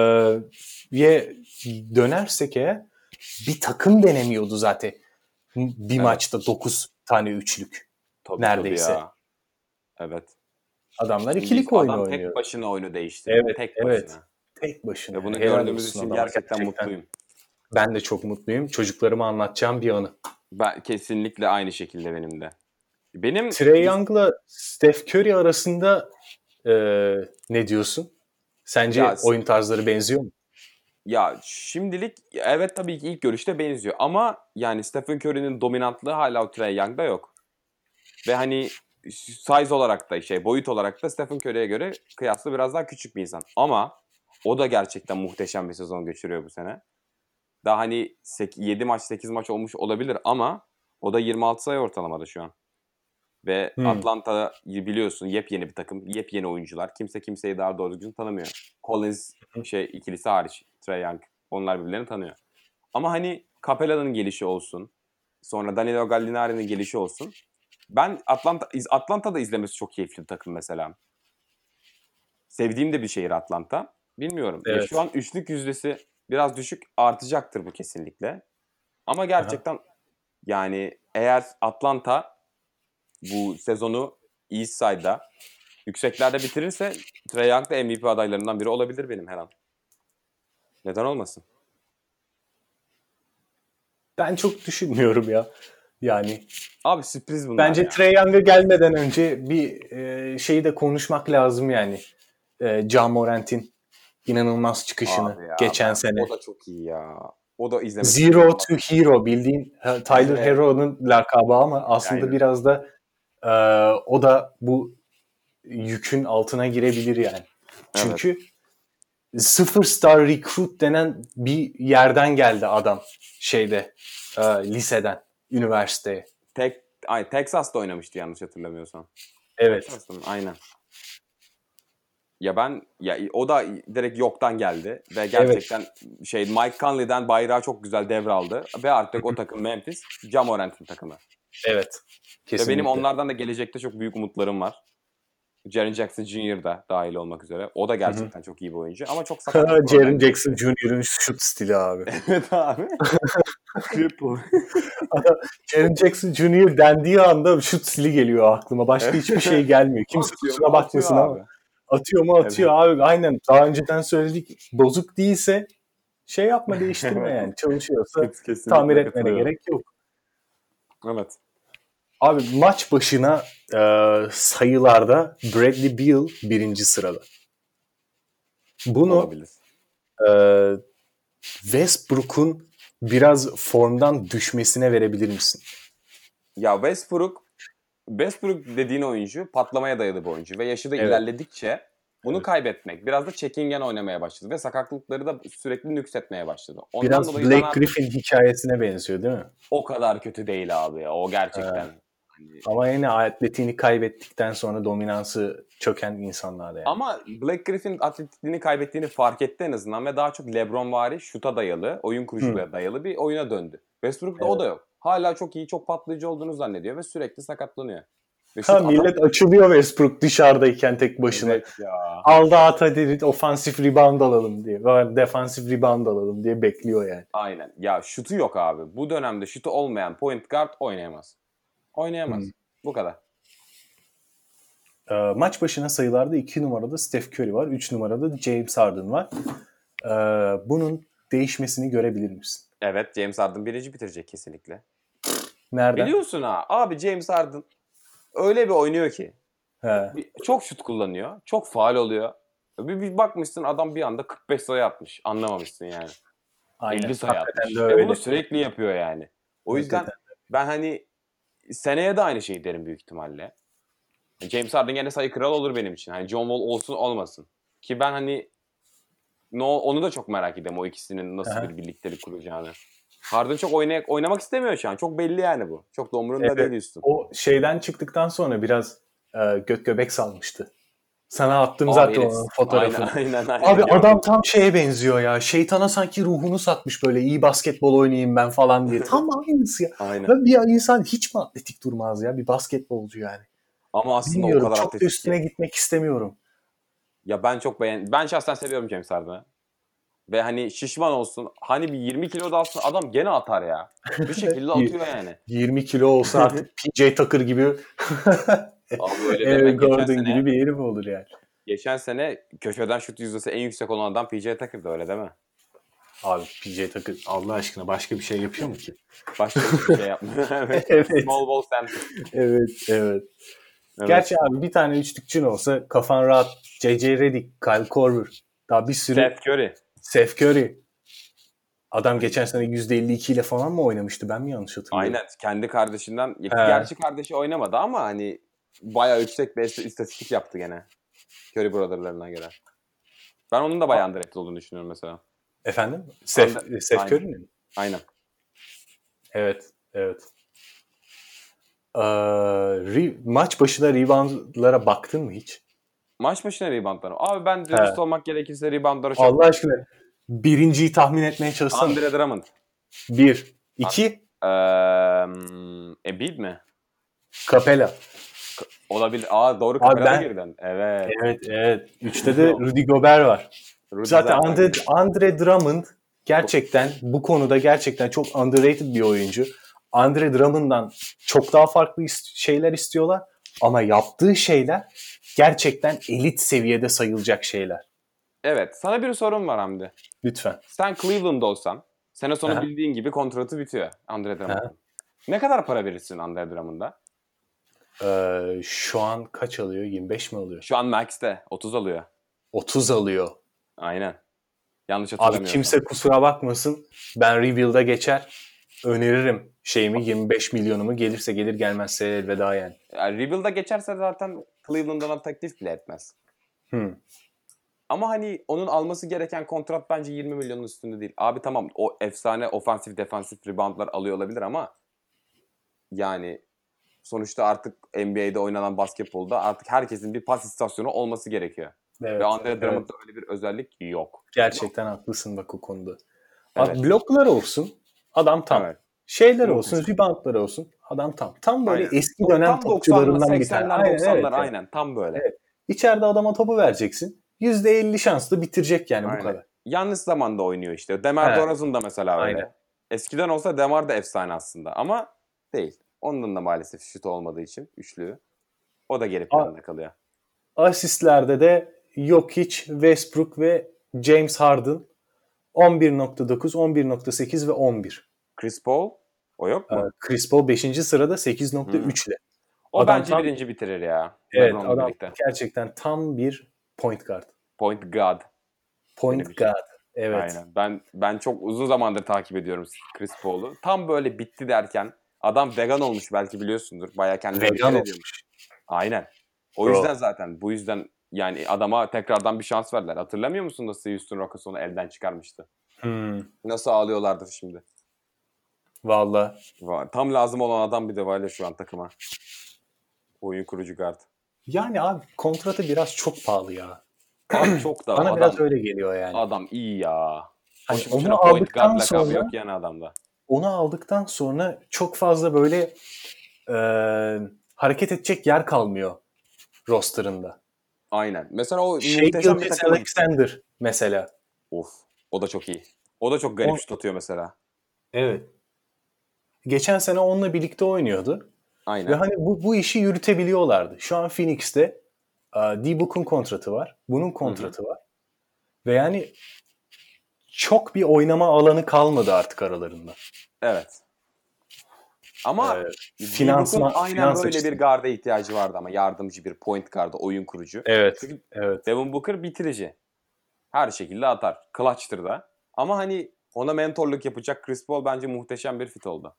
ye dönersek eğer bir takım denemiyordu zaten. Bir Evet. maçta 9 tane üçlük Tabii neredeyse. ya. Evet. Adamlar Şimdi ikilik oyunu adam tek oynuyor. başına oyunu değiştirdi. Evet, Tek evet. başına. Tek başına Ve yani. bunu Helal gördüğümüz olsun için adama gerçekten gerçekten. mutluyum. Ben de çok mutluyum. Çocuklarıma anlatacağım bir anı. Ben kesinlikle aynı şekilde benim de. Benim Trae Young'la Steph Curry arasında ne diyorsun? ya Sence oyun tarzları benziyor mu? ya şimdilik evet tabii ki ilk görüşte benziyor ama yani Stephen Curry'nin dominantlığı hala Trae Young'da yok. Ve hani size olarak da boyut olarak da Stephen Curry'e göre kıyaslı biraz daha küçük bir insan. Ama o da gerçekten muhteşem bir sezon geçiriyor bu sene. Daha hani 7 maç 8 maç olmuş olabilir ama o da 26 sayı ortalamada şu an. Ve Hmm. Atlanta biliyorsun yepyeni bir takım, yepyeni oyuncular. Kimse kimseyi daha doğru düzgün tanımıyor. Collins ikilisi hariç, Trae Young. Onlar birbirlerini tanıyor. Ama hani Capella'nın gelişi olsun, sonra Danilo Gallinari'nin gelişi olsun. Ben Atlanta'da izlemesi çok keyifli bir takım mesela. Sevdiğim de bir şehir Atlanta. Bilmiyorum. Ya şu Evet. an üçlük yüzdesi biraz düşük, artacaktır bu kesinlikle. Ama Aha. gerçekten yani eğer Atlanta bu sezonu East Side'da yükseklerde bitirirse Trae Young da MVP adaylarından biri olabilir benim her an. Neden olmasın? Ben çok düşünmüyorum ya. Yani Abi sürpriz bunlar bence ya. Trae Young'a gelmeden önce bir şeyi de konuşmak lazım yani. Ja Morant'in inanılmaz çıkışını Abi ya geçen sene. o da çok iyi ya. O da izlemesi çok Zero inanılmaz. to Hero bildiğin Tyler Evet. Hero'nun lakabı ama aslında Aynen. biraz da e, o da bu yükün altına girebilir yani. Evet. Çünkü sıfır star recruit denen bir yerden geldi adam şeyde liseden üniversiteye. Texas'ta oynamıştı yanlış hatırlamıyorsam. Evet. Texas'ta mı? Aynen. Ya o da direkt yoktan geldi ve Evet. gerçekten Mike Conley'den bayrağı çok güzel devraldı ve artık o takım Memphis, Ja Morant'in takımı. Evet. Ve benim Kesinlikle. onlardan da gelecekte çok büyük umutlarım var. Jaren Jackson Jr. da dahil olmak üzere. O da Hı hı. gerçekten çok iyi bir oyuncu ama çok sakatlık Jaren problemleri Jackson yaşıyor. Jr.'ın şut stili abi. Evet abi. Cripple. Adam, Jaren Jackson Jr. dendiği anda şut stili geliyor aklıma. Başka hiçbir şey gelmiyor. Kimse Atıyor mu? kusura Atıyor bakmasın ama abi. atıyor mu atıyor Evet. abi. Aynen daha önceden söyledik. Bozuk değilse şey yapma, değiştirme Evet. yani. Çalışıyorsa tamir Kesinlikle etmene katılıyorum. gerek yok. Evet. Abi maç başına sayılarda Bradley Beal birinci sırada. Bunu Olabilir. e, Westbrook'un biraz formdan düşmesine verebilir misin? Ya Westbrook dediğin oyuncu patlamaya dayalı bir oyuncu ve yaşı da Evet. ilerledikçe bunu Evet. kaybetmek, biraz da çekingen oynamaya başladı ve sakatlıkları da sürekli nüksetmeye başladı. Ondan Biraz dolayı ben Blake artık Griffin hikayesine benziyor değil mi? o kadar kötü değil abi ya. O gerçekten hani Ama yine atletiğini kaybettikten sonra dominansı çöken insanlar yani. ama Blake Griffin atletikliğini kaybettiğini fark etti en azından ve daha çok LeBronvari şuta dayalı, oyun kuruculuğa dayalı bir oyuna döndü. Westbrook'ta o Evet. da yok. Hala çok iyi, çok patlayıcı olduğunu zannediyor ve sürekli sakatlanıyor. Ve Ha, şut millet atamıyor. açılıyor Westbrook dışarıdayken tek başına. Evet ya. Aldı at hadi ofansif rebound alalım diye. Defansif rebound alalım diye bekliyor yani. Aynen. Ya şutu yok abi. Bu dönemde şutu olmayan point guard oynayamaz. Oynayamaz. Bu kadar. Maç başına sayılarda 2 numarada Steph Curry var. 3 numarada James Harden var. Bunun değişmesini görebilir misin? Evet, James Harden birinci bitirecek kesinlikle. Nereden? Biliyorsun ha. Abi James Harden öyle bir oynuyor ki. He, Çok şut kullanıyor. Çok faal oluyor. Bir bakmışsın adam bir anda 45 sayı atmış. Anlamamışsın yani. aynen. 50 sayı Hakikaten de atmış. Ve bunu öyle. sürekli yapıyor yani. O yüzden Hakikaten. ben hani seneye de aynı şeyi derim büyük ihtimalle. James Harden gene sayı kralı olur benim için. Hani John Wall olsun olmasın. Ki ben hani onu da çok merak ediyorum o ikisinin nasıl Aha. bir birliktelik kuracağını. Harden çok oynamak istemiyor şu an. Çok belli yani bu. Çok da umurunda değil Evet. üstün. O şeyden çıktıktan sonra biraz göt göbek salmıştı. Sana attım Abi zaten herif. onun Aynen fotoğrafını. aynen aynen Abi adam gördüm. tam şeye benziyor ya. Şeytana sanki ruhunu satmış böyle iyi basketbol oynayayım ben falan diye. Tam aynısı ya. Aynen. Ve bir insan hiç mi atletik durmaz ya? Bir basketbolcu yani. Ama aslında o Bilmiyorum. kadar Çok da atletik üstüne ki. gitmek istemiyorum. Ya ben şahsen seviyorum James Harden'ı. Ve hani şişman olsun. Hani bir 20 kilo da alsın adam gene atar ya. Bir şekilde Y- atıyor yani. 20 kilo olsa artık PJ Tucker gibi Abi öyle deme. Aaron Gordon gibi bir herif olur yani. Geçen sene köşeden şut yüzdesi en yüksek olan adam PJ Tucker'dı öyle deme. Abi PJ Tucker Allah aşkına başka bir şey yapıyor mu ki? Başka hiçbir şey yapmıyor. Evet. Evet. Small ball center. Evet, evet. Evet. Gerçi abi bir tane üçlükçün olsa kafan rahat. J.J. Redick, Kyle Korver. Daha bir sürü Steph Curry. Steph Curry. Adam geçen sene %52 ile falan mı oynamıştı? Ben mi yanlış hatırlıyorum? Aynen. Kendi kardeşinden. He. Gerçi kardeşi oynamadı ama hani bayağı yüksek bir istatistik yaptı gene. Curry brotherlarına göre. Ben onun da bayağı underrated olduğunu düşünüyorum mesela. Efendim? Steph Aynen. Curry'nin. Aynen. Evet. Evet. Maç başına reboundlara baktın mı hiç? Maç başına reboundlara. Abi ben He. dürüst olmak gerekirse reboundlara çok Allah bakmıyorum. aşkına birinciyi tahmin etmeye çalışsana. Andre Drummond. Bir. İki. Embiid mi? Capella. Olabilir. Aa doğru Abi Capella da ben geriden. Evet. evet evet. Üçte de Rudy Gobert var. Rudy Zaten zaten Andre Drummond gerçekten bu konuda gerçekten çok underrated bir oyuncu. Andre Drummond'dan çok daha farklı şeyler istiyorlar ama yaptığı şeyler gerçekten elit seviyede sayılacak şeyler. Evet. Sana bir sorum var Hamdi. Lütfen. Sen Cleveland olsan sene sonu Aha, bildiğin gibi kontratı bitiyor Andre aha. Drummond'ın. Ne kadar para verirsin Andre Drummond'a? Şu an kaç alıyor? 25 mi alıyor? Şu an Max'te 30 alıyor. 30 alıyor. Aynen. Yanlış Abi hatırlamıyorsam. kimse kusura bakmasın. Ben Rebuild'a geçer. Öneririm şeyimi 25 milyonumu gelirse gelir gelmezse elveda yani. Yani Rebuild'a geçerse zaten Cleveland'dan teklif bile etmez. Hmm. Ama hani onun alması gereken kontrat bence 20 milyonun üstünde değil. Abi tamam o efsane ofansif defansif reboundlar alıyor olabilir ama yani sonuçta artık NBA'de oynanan basketbolda artık herkesin bir pas istasyonu olması gerekiyor. Ve Evet, Andre evet. Drummond'da öyle bir özellik yok. Gerçekten haklısın bak o konuda. Abi Evet. bloklar olsun, adam tam. Evet. Şeyler olsun, Muhteşem. reboundlar olsun, adam tam. Tam böyle Aynen. eski dönem Tam 90'lar, topçularından bir tane. 80'ler, Aynen 90'lar evet ya. aynen tam böyle. Evet. İçeride adama topu vereceksin. %50 şanslı bitirecek yani bu Aynen. kadar. Yanlış zamanda oynuyor işte. Demar He. DeRozan da mesela öyle. Aynen. Eskiden olsa Demar da efsane aslında ama değil. Onun da maalesef şut olmadığı için üçlü. O da geri planda kalıyor. Asistlerde de Jokic, Westbrook ve James Harden 11.9, 11.8 ve 11. Chris Paul o yok mu? Chris Paul 5. sırada 8.3 ile. O Adam bence tam birinci bitirir ya. evet LeBron'la adam birlikte. gerçekten tam bir point guard. Point guard. Point guard. Evet. Aynen. Ben çok uzun zamandır takip ediyorum Chris Paul'u. Tam böyle bitti derken adam vegan olmuş belki biliyorsundur. Bayağı kendine Vegan dikkat olmuş. ediyormuş. Aynen. O Bro. yüzden zaten bu yüzden yani adama tekrardan bir şans verdiler. Hatırlamıyor musun nasıl Houston Rockets onu elden çıkarmıştı? Nasıl ağlıyorlardır şimdi. Vallahi. Tam lazım olan adam bir de var şu an takıma. Oyun kurucu guard. Yani abi kontratı biraz çok pahalı ya. Abi çok da Bana adam, biraz öyle geliyor yani. adam iyi ya. Hani Boşu boşuna onu point aldıktan guard lakabı sonra yok yani adamda. onu aldıktan sonra çok fazla böyle hareket edecek yer kalmıyor rosterında. Aynen. Mesela o Shai muhteşem bir Gilgeous takıma gitti. Alexander mesela. Of. O da çok iyi. O da çok garip şut atıyor mesela. Evet. Geçen sene onunla birlikte oynuyordu. Aynen. Ve hani bu işi yürütebiliyorlardı. Şu an Phoenix'te D-Book'un kontratı var. Bunun kontratı var. Ve yani çok bir oynama alanı kalmadı artık aralarında. Evet. Ama Finansman, D-Book'un aynen finans böyle açısından. bir garda ihtiyacı vardı ama yardımcı bir point guard'a, oyun kurucu. Evet. Çünkü Evet. Devin Booker bitirici. Her şekilde atar. Clutch'tır da. Ama hani ona mentorluk yapacak Chris Paul bence muhteşem bir fit oldu.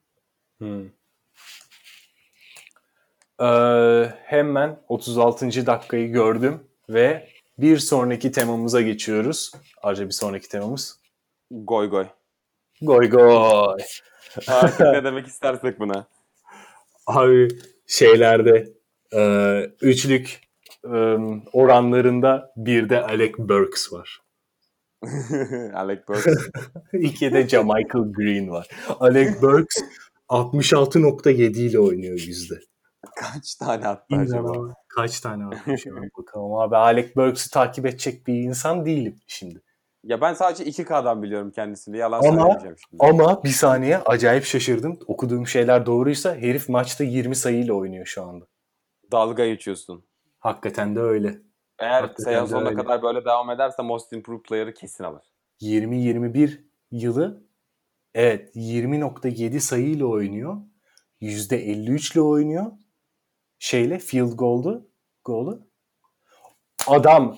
Hemen 36. dakikayı gördüm ve bir sonraki temamıza geçiyoruz. Ayrıca bir sonraki temamız. Goy goy. Goy goy. Artık ne demek istersek buna. Abi şeylerde üçlük oranlarında bir de Alec Burks var. Alec Burks. İki de Michael Green var. Alec Burks 66.7 ile oynuyor yüzde. Kaç tane attı acaba? Kaç tane atmış ya bakalım abi. Alec Burks'ü takip edecek bir insan değilim şimdi. Ya ben sadece 2K'dan biliyorum kendisini. Yalan söylemeyeceğim şimdi. Ama bir saniye acayip şaşırdım. Okuduğum şeyler doğruysa herif maçta 20 sayıyla oynuyor şu anda. Dalga geçiyorsun. Hakikaten de öyle. Eğer sezon sonuna kadar böyle devam ederse Most Improved Player'ı kesin alır. 20-21 yılı evet 20.7 sayıyla oynuyor. %53 ile oynuyor. Field golü. Adam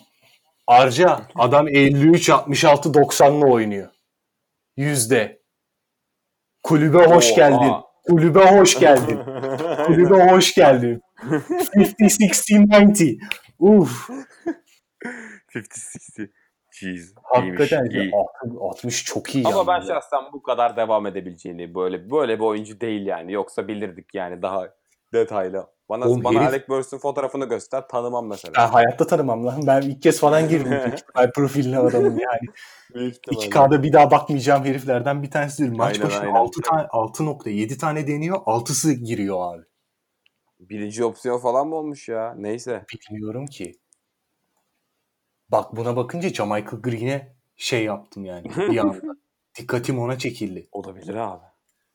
53 66 90'la oynuyor. Yüzde. Kulübe hoş geldin. Kulübe hoş geldin. Kulübe hoş geldin. 50-60-90. Uf. 50-60. Jeez. Hakikaten iyi. 60 çok iyi. Ama ben şahsen bu kadar devam edebileceğini böyle bir oyuncu değil yani. Yoksa bilirdik yani daha detaylı. Bana Alec Burks'un fotoğrafını göster tanımam mesela. Ben hayatta tanımam lan. Ben ilk kez falan girdim profiline adamın yani. 2K'da bir daha bakmayacağım heriflerden bir tanesidir. Maç başına 6.7 tane deniyor. 6'sı giriyor abi. Birinci opsiyon falan mı olmuş ya? Neyse. Bilmiyorum ki. Bak buna bakınca Jamichael Green'e yaptım yani bir anda. Dikkatim ona çekildi. Olabilir abi.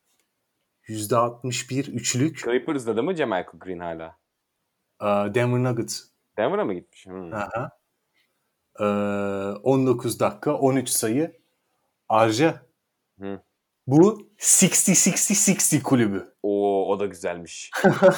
%61 üçlük. Clippers'da değil mi Jamichael Green hala? Denver Nuggets. Denver'a mı gitmiş? 19 dakika 13 sayı. Ayrıca bu 60-60-60 kulübü. O da güzelmiş.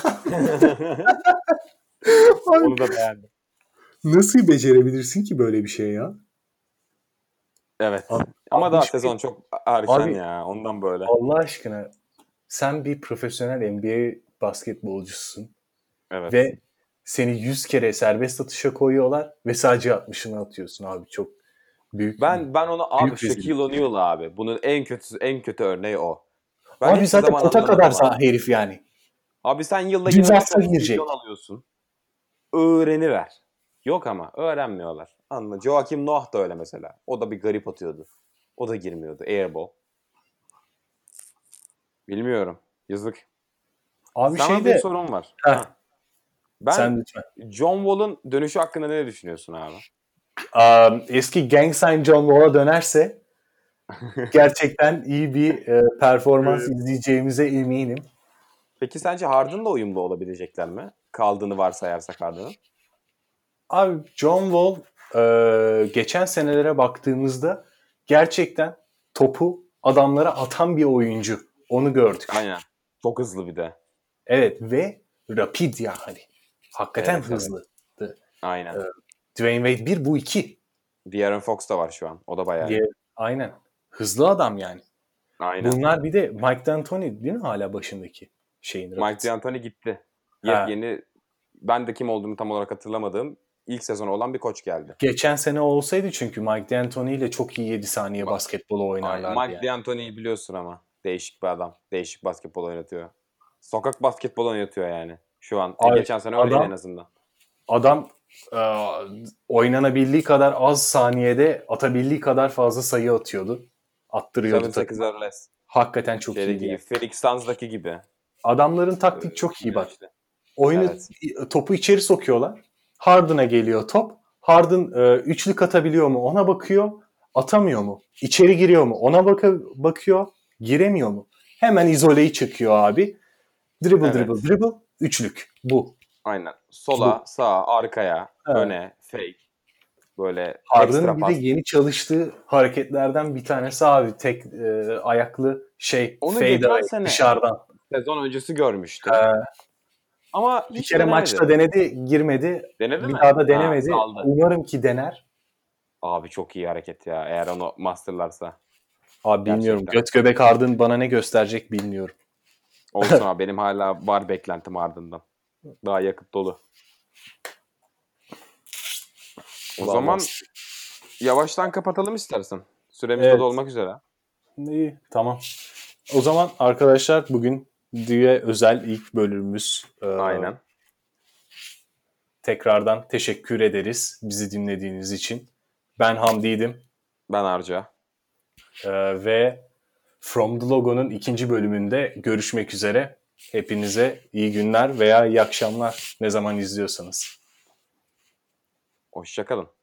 Onu da beğendim. Nasıl becerebilirsin ki böyle bir şey ya? Evet. Ama daha sezon çok erken ya. Ondan böyle. Allah aşkına sen bir profesyonel NBA basketbolcusun. Evet. Ve seni 100 kere serbest atışa koyuyorlar ve sadece 60'ını atıyorsun abi. Çok büyük. Ben onu abi Shaquille O'Neal abi. Bunun en kötü örneği o. Ben abi zaten pota kadar herif yani. Abi sen yılda 25 milyon alıyorsun. Öğreniver. Yok ama öğrenmiyorlar. Anladın. Joakim Noah da öyle mesela. O da bir garip atıyordu. O da girmiyordu. Airball. Bilmiyorum. Yazık. Abi sana bir sorun var. Ben Sen lütfen. John Wall'un dönüşü hakkında ne düşünüyorsun abi? Eski Gang Sign John Wall'a dönerse gerçekten iyi bir performans Evet. izleyeceğimize eminim. Peki sence Harden'la uyumlu olabilecekler mi? Kaldığını varsayarsak Harden'ın. Abi John Wall geçen senelere baktığımızda gerçekten topu adamlara atan bir oyuncu. Onu gördük. Aynen. Çok hızlı bir de. Evet ve rapid yani. Hakikaten Evet, evet. hızlı. Aynen. Dwayne Wade 1 bu 2 De'Aaron Fox da var şu an. O da bayağı diye. iyi. Aynen. Hızlı adam yani. Aynen. Bunlar bir de Mike D'Antoni değil mi hala başındaki şeyin Mike Rapid? D'Antoni gitti. Ha. Yepyeni, ben de kim olduğunu tam olarak hatırlamadığım ilk sezonu olan bir koç geldi. Geçen sene olsaydı çünkü Mike D'Antoni ile çok iyi 7 saniye basketbolu Aynen. oynarlardı Mike yani. D'Antoni'yi biliyorsun ama. Değişik bir adam. Değişik basketbol oynatıyor. Sokak basketbol oynatıyor yani. Şu an. Abi, Geçen sene öyleydi en azından. Adam oynanabildiği kadar az saniyede atabildiği kadar fazla sayı atıyordu. Attırıyordu 7-8 takıma. or less. Hakikaten çok iyiydi. Gibi. Yani. Phoenix Suns'daki gibi. Adamların taktik çok iyi bak. İşte. Oyunu Evet. topu içeri sokuyorlar. Harden'a geliyor top. Harden üçlük atabiliyor mu? Ona bakıyor. Atamıyor mu? İçeri giriyor mu? Ona bakıyor. Giremiyor mu? Hemen izoleyi çekiyor abi. Dribble Evet. dribble dribble. Üçlük. Bu. Aynen. Sola, sağa, arkaya, Evet. öne, fake. Böyle Harden'ın ekstra bir pas. de yeni çalıştığı hareketlerden bir tanesi abi. Tek ayaklı Onu fade geçen away sene dışarıdan. sezon öncesi görmüştüm. Ama Bir hiç kere denemedi. maçta denedi, girmedi. Denedi Bir mi? daha da Ha, denemedi. saldı. Umarım ki dener. Abi çok iyi hareket ya. Eğer onu masterlarsa. Abi bilmiyorum. Gerçekten. Göt göbek Harden bana ne gösterecek bilmiyorum. Olsun abi. Benim hala var beklentim ardından. Daha yakıt dolu. O Vallahi. zaman yavaştan kapatalım istersen. Süremiz de Evet. dolmak üzere. İyi, tamam. O zaman arkadaşlar bugün diye özel ilk bölümümüz. Aynen. Tekrardan teşekkür ederiz bizi dinlediğiniz için. Ben Hamdi'ydim. Ben Arca. Ve From the Logo'nun ikinci bölümünde görüşmek üzere. Hepinize iyi günler veya iyi akşamlar ne zaman izliyorsanız. Hoşçakalın.